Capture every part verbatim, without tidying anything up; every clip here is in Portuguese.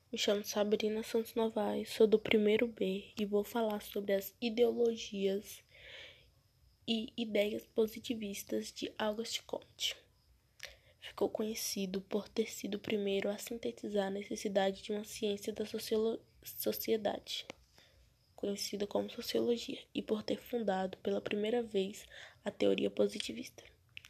Me chamo Sabrina Santos Novaes, sou do primeiro B e vou falar sobre as ideologias e ideias positivistas de Auguste Comte. Ficou conhecido por ter sido o primeiro a sintetizar a necessidade de uma ciência da sociolo- sociedade, conhecida como sociologia, e por ter fundado pela primeira vez a teoria positivista.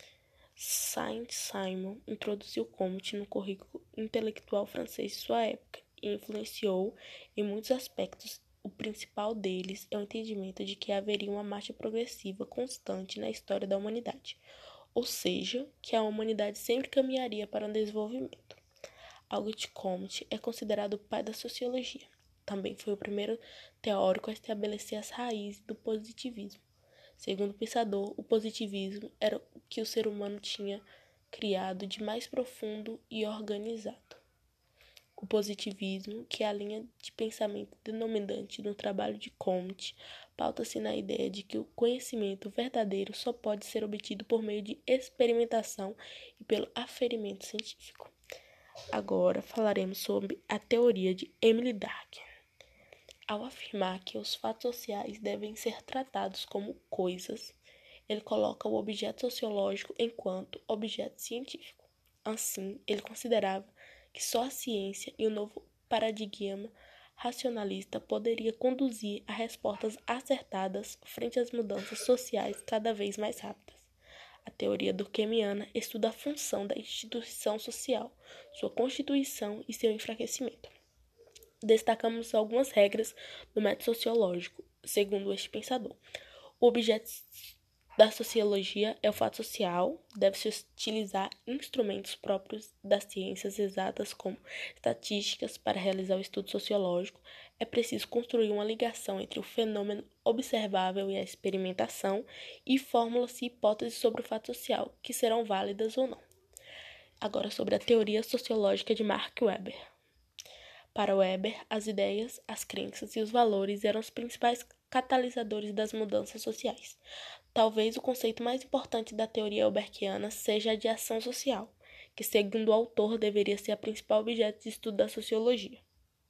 Saint-Simon introduziu Comte no currículo intelectual francês de sua época e influenciou em muitos aspectos. O principal deles é o entendimento de que haveria uma marcha progressiva constante na história da humanidade, ou seja, que a humanidade sempre caminharia para o desenvolvimento. Auguste Comte é considerado o pai da sociologia. Também foi o primeiro teórico a estabelecer as raízes do positivismo. Segundo o pensador, o positivismo era o que o ser humano tinha criado de mais profundo e organizado. O positivismo, que é a linha de pensamento denominante no trabalho de Comte, pauta-se na ideia de que o conhecimento verdadeiro só pode ser obtido por meio de experimentação e pelo aferimento científico. Agora falaremos sobre a teoria de Émile Durkheim. Ao afirmar que os fatos sociais devem ser tratados como coisas, ele coloca o objeto sociológico enquanto objeto científico. Assim, ele considerava que só a ciência e o novo paradigma racionalista poderia conduzir a respostas acertadas frente às mudanças sociais cada vez mais rápidas. A teoria durkheimiana estuda a função da instituição social, sua constituição e seu enfraquecimento. Destacamos algumas regras do método sociológico, segundo este pensador. O objeto da sociologia é o fato social, deve-se utilizar instrumentos próprios das ciências exatas como estatísticas para realizar o estudo sociológico. É preciso construir uma ligação entre o fenômeno observável e a experimentação e fórmulas e hipóteses sobre o fato social, que serão válidas ou não. Agora sobre a teoria sociológica de Mark Weber. Para Weber, as ideias, as crenças e os valores eram os principais catalisadores das mudanças sociais. Talvez o conceito mais importante da teoria weberkiana seja a de ação social, que, segundo o autor, deveria ser a principal objeto de estudo da sociologia.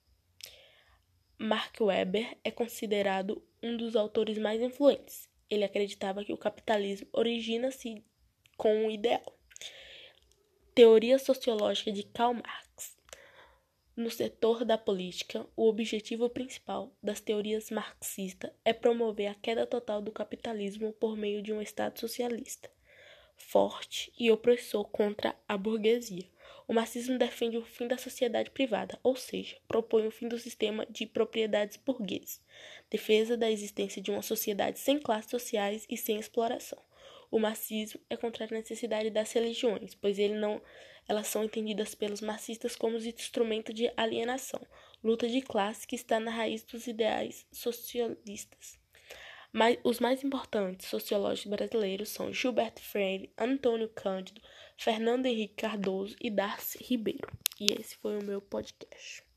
Mark Weber é considerado um dos autores mais influentes. Ele acreditava que o capitalismo origina-se com um ideal. Teoria sociológica de Karl Marx. No setor da política, o objetivo principal das teorias marxistas é promover a queda total do capitalismo por meio de um Estado socialista, forte e opressor contra a burguesia. O marxismo defende o fim da sociedade privada, ou seja, propõe o fim do sistema de propriedades burgueses, defesa da existência de uma sociedade sem classes sociais e sem exploração. O marxismo é contra a necessidade das religiões, pois ele não, elas são entendidas pelos marxistas como instrumento de alienação, luta de classe que está na raiz dos ideais socialistas. Mas os mais importantes sociólogos brasileiros são Gilberto Freire, Antônio Cândido, Fernando Henrique Cardoso e Darcy Ribeiro. E esse foi o meu podcast.